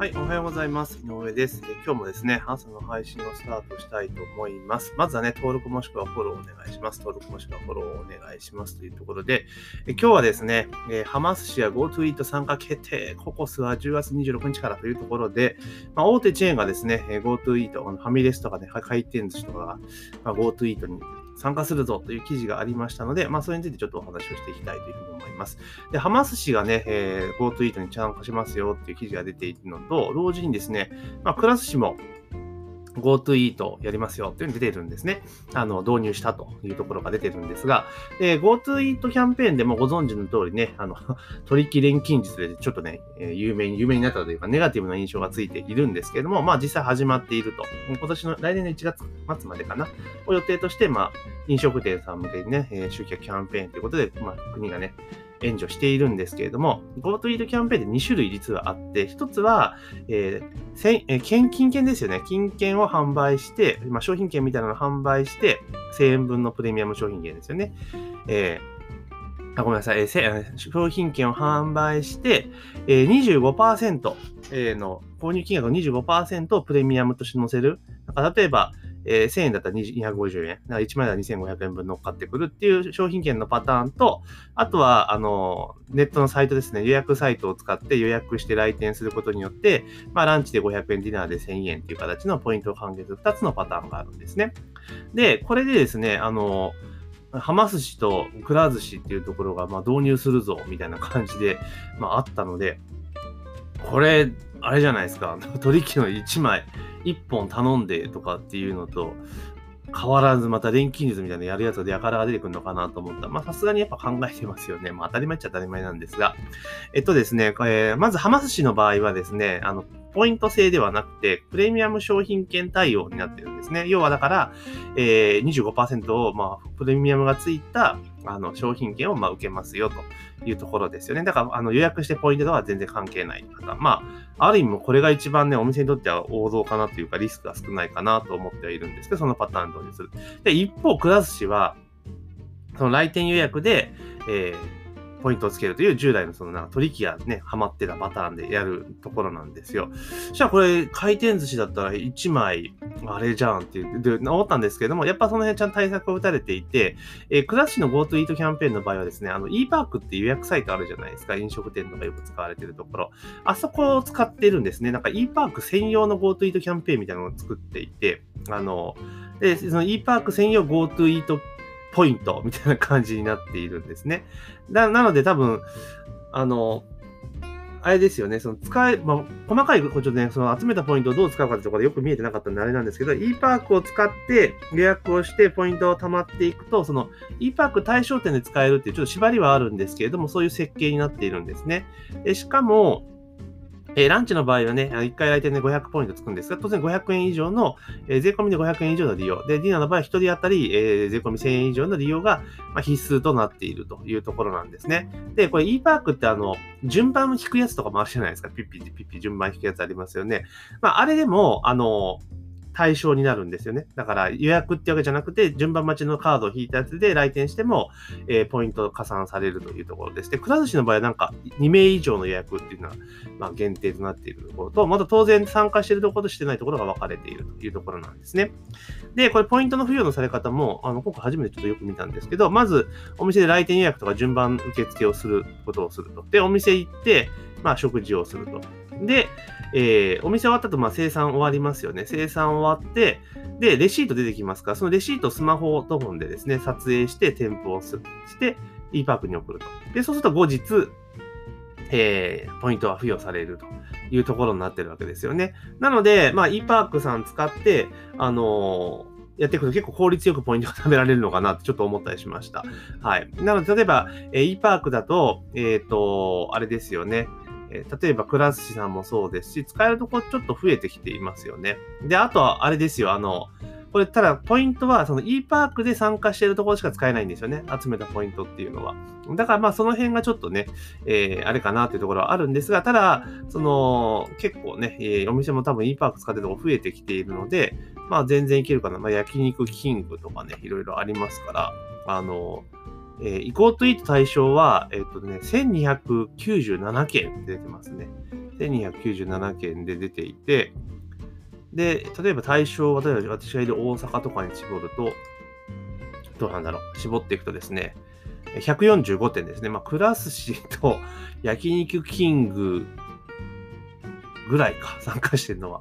はい、おはようございます。井上です。今日もですね、朝の配信をスタートしたいと思います。まずはね、登録もしくはフォローお願いします。登録もしくはフォローをお願いしますというところで、今日はですね、はま寿司や GoTo イート参加決定、ココスは10月26日からというところで、大手チェーンがですね、GoTo イート、ファミレスとかね、回転寿司とかが、GoTo イートに参加するぞという記事がありましたので、それについてちょっとお話をしていきたいというふうに思います。で、はま寿司がね、GoTo イートに参加しますよっていう記事が出ているのと、同時にですね、くら寿司も GoTo イートやりますよっていうのが出てるんですね。導入したというところが出てるんですが、GoTo イートキャンペーンでもご存知の通りね、取引錬金術でちょっとね、有名になったというか、ネガティブな印象がついているんですけれども、実際始まっていると。今年の来年の1月末までかな、を予定として、飲食店さん向けにね、集客キャンペーンということで、国がね、援助しているんですけれども、GoTo イートキャンペーンで2種類実はあって、1つは、金券ですよね。金券を販売して、商品券みたいなのを販売して、1000円分のプレミアム商品券ですよね。ごめんなさい。商品券を販売して、25% の購入金額の 25% をプレミアムとして載せる。例えば、1000円だったら250円。1万円だったら2500円分乗っかってくるっていう商品券のパターンと、あとは、ネットのサイトですね。予約サイトを使って予約して来店することによって、ランチで500円、ディナーで1000円っていう形のポイントを還元する2つのパターンがあるんですね。で、これでですね、はま寿司とくら寿司っていうところが、導入するぞ、みたいな感じで、あったので、これ、あれじゃないですか。取引の1枚、1本頼んでとかっていうのと、変わらずまた錬金術みたいなやるやつでやからが出てくるのかなと思ったら、さすがにやっぱ考えてますよね。当たり前っちゃ当たり前なんですが。ですね、まず、はま寿司の場合はですね、ポイント制ではなくて、プレミアム商品券対応になってるんですね。要はだから、25% を、プレミアムがついた、商品券を、受けますよというところですよね。だから、予約してポイントとは全然関係ない方。ある意味これが一番ね、お店にとっては王道かなというか、リスクが少ないかなと思ってはいるんですけど、そのパターン導入する。で、一方、くら寿司は、その来店予約で、ポイントをつけるという従来の取引がね、ハマってたパターンでやるところなんですよ。そしたらこれ、回転寿司だったら1枚、あれじゃんっていう、で、思ったんですけども、やっぱその辺ちゃんと対策を打たれていて、くら寿司の GoTo イートキャンペーンの場合はですね、e パークっていう予約サイトあるじゃないですか。飲食店とかよく使われてるところ。あそこを使ってるんですね。e パーク専用の GoTo イートキャンペーンみたいなのを作っていて、で、その e パーク専用 GoTo イートポイントみたいな感じになっているんですね。なので多分、あれですよね、細かいことでね、集めたポイントをどう使うかってところでよく見えてなかったんであれなんですけど、e パークを使って予約をしてポイントを貯まっていくと、e パーク対象店で使えるっていうちょっと縛りはあるんですけれども、そういう設計になっているんですね。しかも、ランチの場合はね、1回来店で500ポイントつくんですが、当然500円以上の、税込みで500円以上の利用。で、ディナーの場合は1人当たり、税込み1000円以上の利用が、必須となっているというところなんですね。で、これ e パークって順番を引くやつとかもあるじゃないですか。ピッピ順番引くやつありますよね。あれでも、対象になるんですよね。だから予約ってわけじゃなくて、順番待ちのカードを引いたやつで来店しても、ポイント加算されるというところです。で、くら寿司の場合は2名以上の予約っていうのは、限定となっているところと、また当然参加しているところとしてないところが分かれているというところなんですね。で、これポイントの付与のされ方も、今回初めてちょっとよく見たんですけど、まず、お店で来店予約とか順番受付をすることをすると。で、お店行って、食事をすると。で、お店終わったと、生産終わりますよね。生産終わって、で、レシート出てきますから、そのレシートをスマホとフォンでですね、撮影して添付をして、e パークに送ると。で、そうすると後日、ポイントは付与されるというところになってるわけですよね。なので、e パークさん使って、やっていくと結構効率よくポイントが貯められるのかなってちょっと思ったりしました。はい。なので、例えば、e パークだと、あれですよね。例えば、くら寿司さんもそうですし、使えるところちょっと増えてきていますよね。で、あとは、あれですよ、これ、ただ、ポイントは、e パークで参加しているところしか使えないんですよね。集めたポイントっていうのは。だから、その辺がちょっとね、あれかなというところはあるんですが、ただ、結構ね、お店も多分 e パーク使ってるところ増えてきているので、全然いけるかな。焼肉キングとかね、いろいろありますから、GoTo イート対象は、1297件出てますね。 1297件で出ていて、で、例えば対象、例えば私がいる大阪とかに絞ると、どうなんだろう、絞っていくとですね、145点ですね。くら寿司と焼肉キングぐらいか、参加してるのは。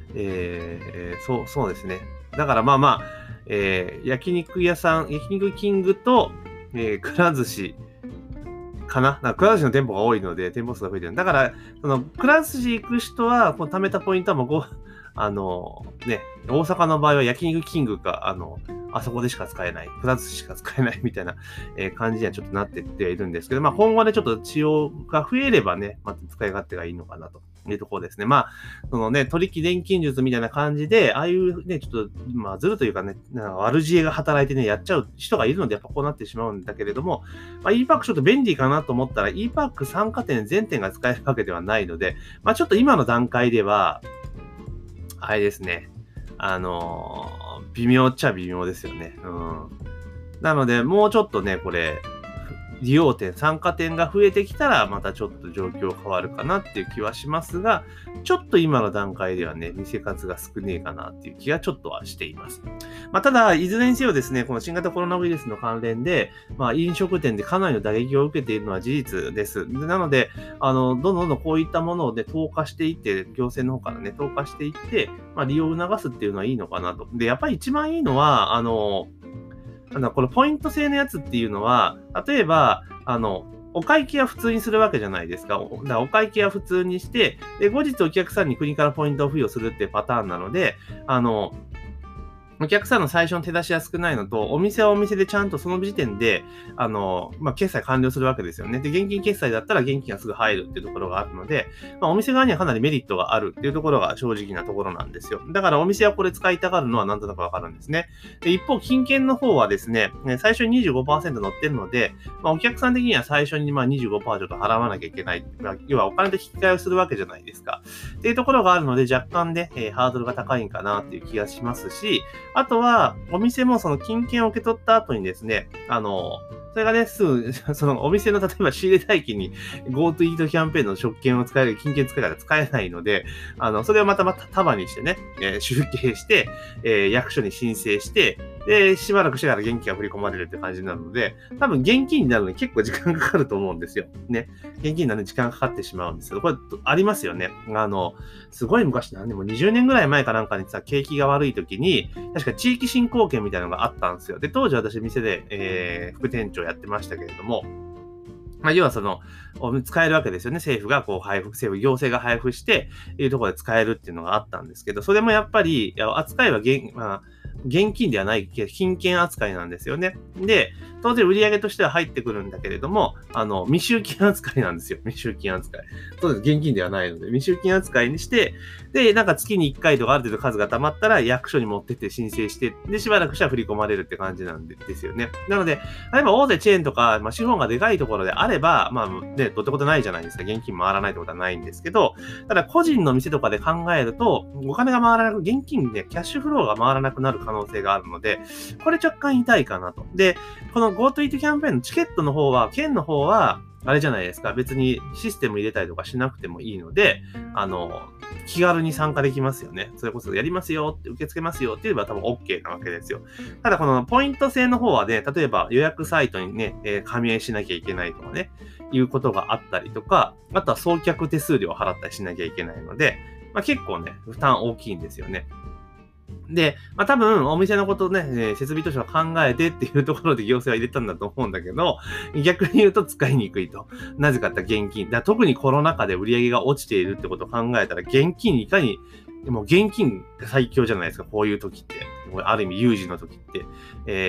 そうですね。だから焼肉屋さん、焼肉キングと、くら寿司かな。くら寿司の店舗が多いので、店舗数が増えてる。だから、くら寿司行く人は、この貯めたポイントはもう大阪の場合は焼肉キングか、あそこでしか使えない、くら寿司しか使えないみたいな、感じにはちょっとなってってはいるんですけど、今後ね、ちょっと使用が増えればね、また使い勝手がいいのかなというところですね。取引錬金術みたいな感じで、ああいうね、ちょっと、ずるというかね、悪知恵が働いてね、やっちゃう人がいるので、やっぱこうなってしまうんだけれども、e パークちょっと便利かなと思ったら、e パーク参加店全店が使えるわけではないので、ちょっと今の段階では、あれですね。微妙っちゃ微妙ですよね。なので、もうちょっとね、これ、利用店、参加店が増えてきたら、またちょっと状況変わるかなっていう気はしますが、ちょっと今の段階ではね、店数が少ねえかなっていう気がちょっとはしています。ただ、いずれにせよですね、この新型コロナウイルスの関連で、飲食店でかなりの打撃を受けているのは事実です。なので、どんどんこういったものをね、投下していって、行政の方からね、投下していって、利用を促すっていうのはいいのかなと。で、やっぱり一番いいのは、このポイント制のやつっていうのは、例えば、お会計は普通にするわけじゃないですか。だからお会計は普通にして、で、後日お客さんに国からポイントを付与するっていうパターンなので、お客さんの最初の手出しは少ないのと、お店はお店でちゃんとその時点で、決済完了するわけですよね。で、現金決済だったら現金がすぐ入るっていうところがあるので、お店側にはかなりメリットがあるっていうところが正直なところなんですよ。だからお店はこれ使いたがるのはなんとなくわかるんですね。で、一方、金券の方はですね、最初に 25% 乗ってるので、お客さん的には最初に25% ちょっと払わなきゃいけない。要はお金と引き換えをするわけじゃないですか。っていうところがあるので、若干で、ハードルが高いんかなっていう気がしますし、あとは、お店もその金券を受け取った後にですね、それがね、すぐ、そのお店の例えば仕入れ代金に GoTo イートキャンペーンの食券を使える、金券使い方使えないので、それをまた束にしてね、集計して、役所に申請して、で、しばらくしてから現金が振り込まれるって感じになるので、多分現金になるのに結構時間かかると思うんですよ。ね。現金になるのに時間かかってしまうんですけど、これありますよね。すごい昔何年も20年ぐらい前かなんかにさ、景気が悪い時に、確か地域振興券みたいなのがあったんですよ。で、当時私店で、副店長やってましたけれども、要は使えるわけですよね。政府がこう行政が配布して、いうところで使えるっていうのがあったんですけど、それもやっぱり、扱いは現金ではない金券扱いなんですよね。で、当然売上としては入ってくるんだけれども、未収金扱いなんですよ。未収金扱い。そうです。現金ではないので、未収金扱いにして、で、月に1回とかある程度数が溜まったら役所に持ってって申請して、で、しばらくしたら振り込まれるって感じなんですよね。なので、例えば大手チェーンとか、資本がでかいところであれば、どってことないじゃないですか。現金回らないってことはないんですけど、ただ個人の店とかで考えると、お金が回らなく、現金でキャッシュフローが回らなくなる可能性があるので、これ若干痛いかなと。で、この GoTo イートキャンペーンのチケットの方は、県の方は、あれじゃないですか。別にシステム入れたりとかしなくてもいいので、気軽に参加できますよね。それこそやりますよって、受け付けますよって言えば多分 OK なわけですよ。ただこのポイント制の方はね、例えば予約サイトにね、加盟しなきゃいけないとかね、いうことがあったりとか、あとは送客手数料を払ったりしなきゃいけないので、結構ね、負担大きいんですよね。で、多分お店のことをね、設備としては考えてっていうところで行政は入れたんだと思うんだけど、逆に言うと使いにくいと。なぜかって現金。特にコロナ禍で売り上げが落ちているってことを考えたら、現金いかに、もう現金が最強じゃないですか、こういう時って。ある意味有事の時って、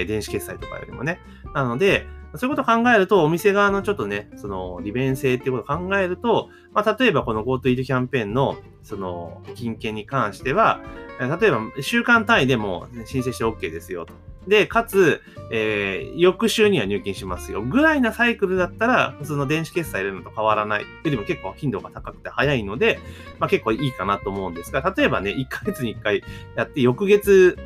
電子決済とかよりもね。なので、そういうことを考えると、お店側のちょっとね、利便性っていうことを考えると、例えばこの GoTo イートキャンペーンの、金券に関しては、例えば、週間単位でも申請して OK ですよと。で、かつ、翌週には入金しますよ。ぐらいなサイクルだったら、普通の電子決済入れるのと変わらない。よりも結構頻度が高くて早いので、結構いいかなと思うんですが、例えばね、1ヶ月に1回やって、翌月、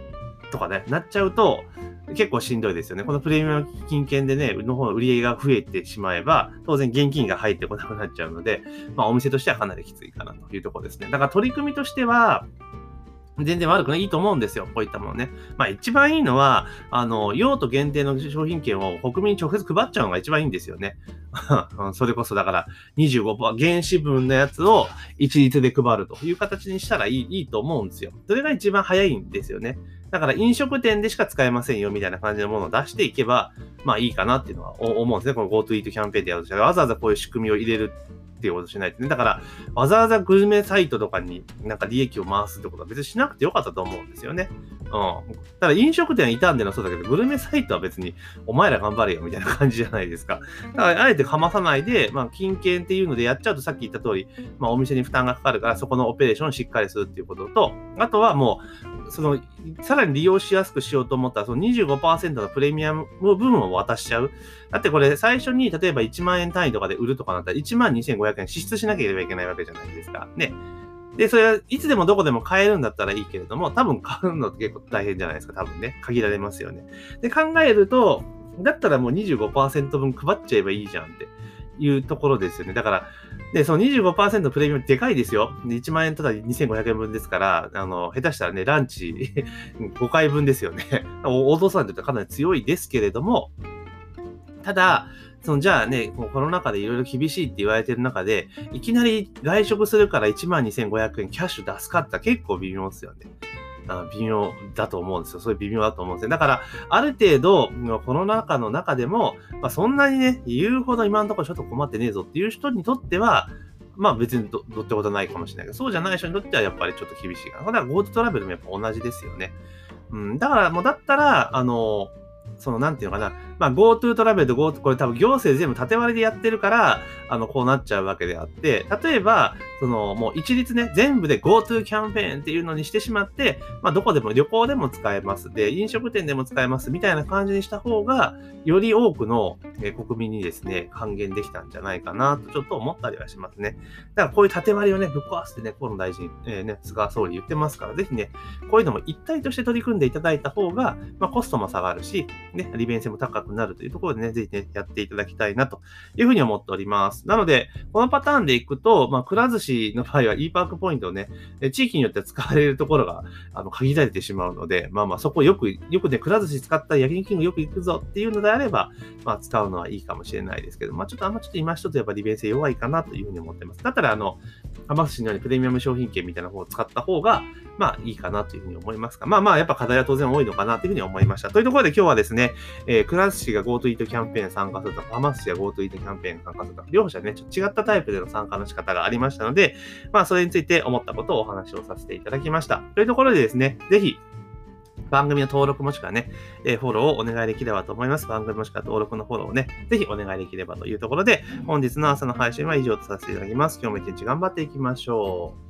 とかね、なっちゃうと、結構しんどいですよね。このプレミアム金券でね、の方の売り上げが増えてしまえば、当然現金が入ってこなくなっちゃうので、お店としてはかなりきついかなというところですね。だから取り組みとしては、全然悪くないいと思うんですよ。こういったものね。一番いいのは、用途限定の商品券を国民に直接配っちゃうのが一番いいんですよね。それこそだから25%、原資分のやつを一律で配るという形にしたらいいと思うんですよ。それが一番早いんですよね。だから飲食店でしか使えませんよみたいな感じのものを出していけば、いいかなっていうのは思うんですね。この GoTo Eat キャンペーンでやるとしたら、わざわざこういう仕組みを入れるっていうことしないとね。だから、わざわざグルメサイトとかになんか利益を回すってことは別にしなくてよかったと思うんですよね。ただ飲食店傷んでるのはそうだけど、グルメサイトは別にお前ら頑張れよみたいな感じじゃないですか。だから、あえてかまさないで、金券っていうのでやっちゃうとさっき言った通り、お店に負担がかかるから、そこのオペレーションをしっかりするっていうことと、あとはもう、さらに利用しやすくしようと思ったら、その 25% のプレミアム部分を渡しちゃう。だってこれ最初に例えば1万円単位とかで売るとかなったら12,500円支出しなければいけないわけじゃないですか。ね。で、それはいつでもどこでも買えるんだったらいいけれども、多分買うのって結構大変じゃないですか。多分ね。限られますよね。で、考えると、だったらもう 25% 分配っちゃえばいいじゃんっていうところですよね。だから、で、その 25% プレミアムでかいですよ。1万円ただ2,500円分ですから、下手したらね、ランチ5回分ですよね。王道さんにとってはかなり強いですけれども、ただ、じゃあね、コロナ禍でいろいろ厳しいって言われてる中で、いきなり外食するから12,500円キャッシュ出すかって結構微妙ですよね。微妙だと思うんですよ。そういう微妙だと思うんですよ。だから、ある程度、コロナ禍の中でも、そんなにね、言うほど今のところちょっと困ってねえぞっていう人にとっては、別にどってことないかもしれないけど、そうじゃない人にとってはやっぱりちょっと厳しいかな。だから GoTo トラベルもやっぱ同じですよね。だからもうだったら、なんていうのかな。GoTo トラベルと GoTo、これ多分行政全部縦割りでやってるから、こうなっちゃうわけであって、例えば、もう一律ね、全部で GoTo キャンペーンっていうのにしてしまって、どこでも旅行でも使えます。で、飲食店でも使えますみたいな感じにした方が、より多くの国民にですね、還元できたんじゃないかなとちょっと思ったりはしますね。だからこういう縦割りをね、ぶっ壊すってね、河野大臣、菅総理言ってますから、ぜひね、こういうのも一体として取り組んでいただいた方が、コストも下がるし、ね、利便性も高くなるというところでね、ぜひね、やっていただきたいなというふうに思っております。なので、このパターンでいくと、くら寿司の場合は e パークポイントをね、地域によっては使われるところが、限られてしまうので、そこよくね、くら寿司使った焼肉よく行くぞっていうのであれば、使うのはいいかもしれないですけど、ちょっと今一つやっぱ利便性弱いかなというふうに思ってます。だったら、はま寿司のようにプレミアム商品券みたいな方を使った方が、いいかなというふうに思いますが、やっぱ課題は当然多いのかなというふうに思いました。というところで今日はですね、くら寿司が GoTo Eat キャンペーン参加するとか、はま寿司が GoTo Eat キャンペーン参加するとか、両者ね、ちょっと違ったタイプでの参加の仕方がありましたので、それについて思ったことをお話をさせていただきました。というところでですね、ぜひ、番組の登録もしくはね、フォローをお願いできればと思います。番組もしくは登録のフォローをね、ぜひお願いできればというところで、本日の朝の配信は以上とさせていただきます。今日も一日頑張っていきましょう。